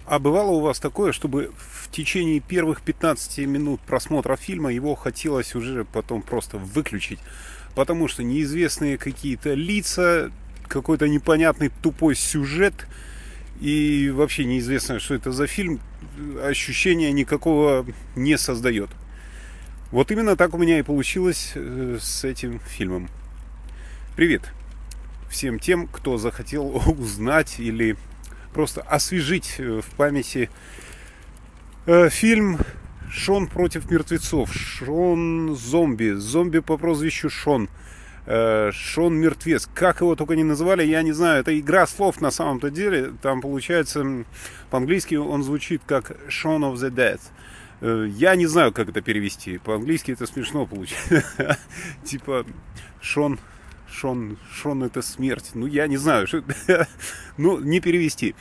А бывало у вас такое, чтобы в течение первых 15 минут просмотра фильма его хотелось уже потом просто выключить? Потому что неизвестные какие-то лица, какой-то непонятный тупой сюжет и вообще неизвестно, что это за фильм, ощущения никакого не создает. Вот именно так у меня и получилось с этим фильмом. Привет всем тем, кто захотел узнать или просто освежить в памяти фильм «Шон против мертвецов». Шон зомби. Зомби по прозвищу Шон. Шон мертвец. Как его только не называли, я не знаю. Это игра слов на самом-то деле. Там получается, по-английски он звучит как Shaun of the Dead. Я не знаю, как это перевести. По-английски это смешно получается. Типа Шон это смерть. Ну, я не знаю. Ну, не перевести.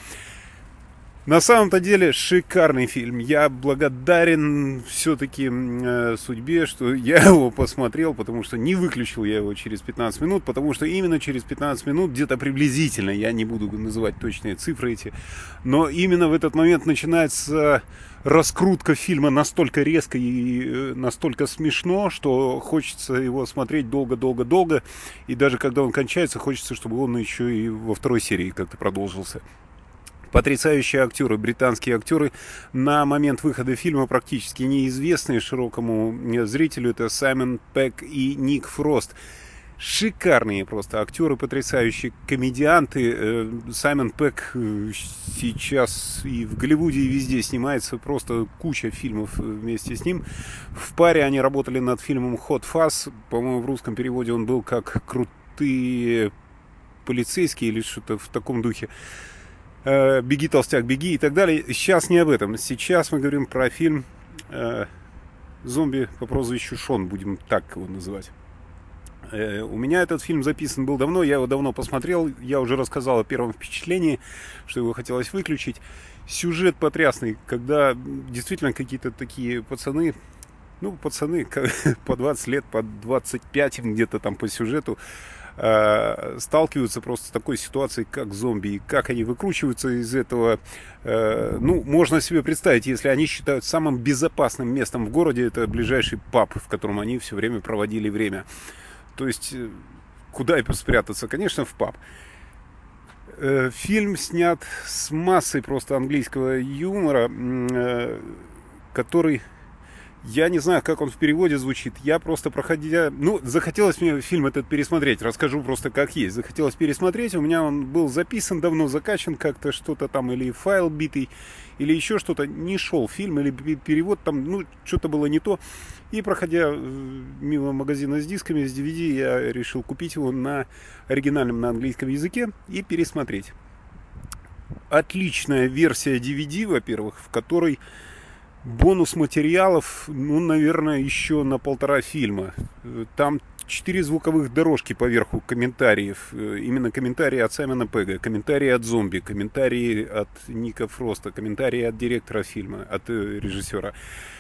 На самом-то деле шикарный фильм. Я благодарен все-таки судьбе, что я его посмотрел, потому что не выключил я его через 15 минут, потому что именно через 15 минут, где-то приблизительно, я не буду называть точные цифры эти, но именно в этот момент начинается раскрутка фильма настолько резко и настолько смешно, что хочется его смотреть долго-долго-долго, и даже когда он кончается, хочется, чтобы он еще и во второй серии как-то продолжился. Потрясающие актеры, британские актеры, на момент выхода фильма практически неизвестные широкому зрителю. Это Саймон Пегг и Ник Фрост. Шикарные просто актеры, потрясающие комедианты. Саймон Пегг сейчас и в Голливуде, и везде снимается. Просто куча фильмов вместе с ним. В паре они работали над фильмом Hot Fuzz. По-моему, в русском переводе он был как «Крутые полицейские» или что-то в таком духе. «Беги, толстяк, беги» и так далее. Сейчас не об этом. Сейчас мы говорим про фильм «Зомби по прозвищу Шон», будем так его называть. У меня этот фильм записан был давно, я его давно посмотрел. Я уже рассказал о первом впечатлении, что его хотелось выключить. Сюжет потрясный, когда действительно какие-то такие пацаны, по 20 лет, по 25 где-то там по сюжету, сталкиваются просто с такой ситуацией, как зомби, и как они выкручиваются из этого. Можно себе представить, если они считают самым безопасным местом в городе, это ближайший паб, в котором они все время проводили время. То есть, куда и спрятаться? Конечно, в паб. Фильм снят с массой просто английского юмора, который... Я не знаю, как он в переводе звучит. Я просто проходя... захотелось мне фильм этот пересмотреть. Расскажу просто как есть. Захотелось пересмотреть. У меня он был записан, давно закачан как-то, что-то там, или файл битый, или еще что-то. Не шел фильм, или перевод там, что-то было не то. И проходя мимо магазина с дисками, с DVD, я решил купить его на оригинальном, на английском языке и пересмотреть. Отличная версия DVD, во-первых, в которой... бонус материалов, наверное, еще на 1,5 фильма. Там 4 звуковых дорожки поверху комментариев. Именно комментарии от Саймона Пегга, комментарии от зомби, комментарии от Ника Фроста, комментарии от директора фильма, от режиссера.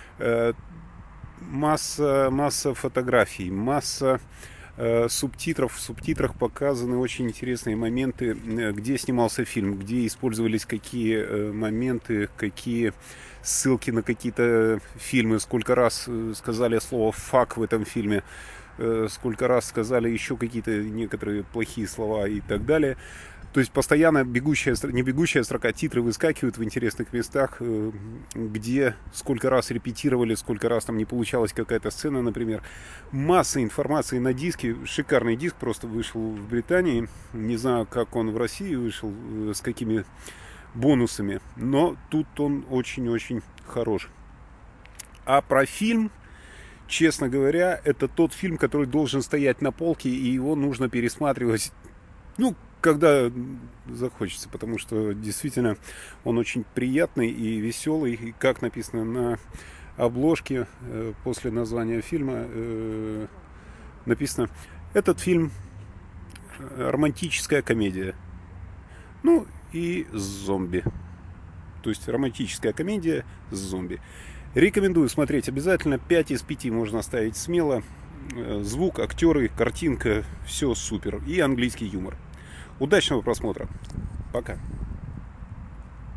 Масса фотографий, масса субтитров. В субтитрах показаны очень интересные моменты, где снимался фильм, где использовались какие моменты, какие ссылки на какие-то фильмы, сколько раз сказали слово «фак» в этом фильме, сколько раз сказали еще какие-то некоторые плохие слова и так далее. То есть постоянно не бегущая строка, титры выскакивают в интересных местах, где сколько раз репетировали, сколько раз там не получалась какая-то сцена, например. Масса информации на диске. Шикарный диск просто вышел в Британии. Не знаю, как он в России вышел, с какими бонусами, но тут он очень-очень хорош. А про фильм, честно говоря, это тот фильм, который должен стоять на полке, и его нужно пересматривать, когда захочется, потому что действительно он очень приятный и веселый, и как написано на обложке после названия фильма, написано: этот фильм романтическая комедия. И зомби. То есть романтическая комедия с зомби. Рекомендую смотреть обязательно. 5 из 5 можно ставить смело. Звук, актеры, картинка, все супер. И английский юмор. Удачного просмотра. Пока.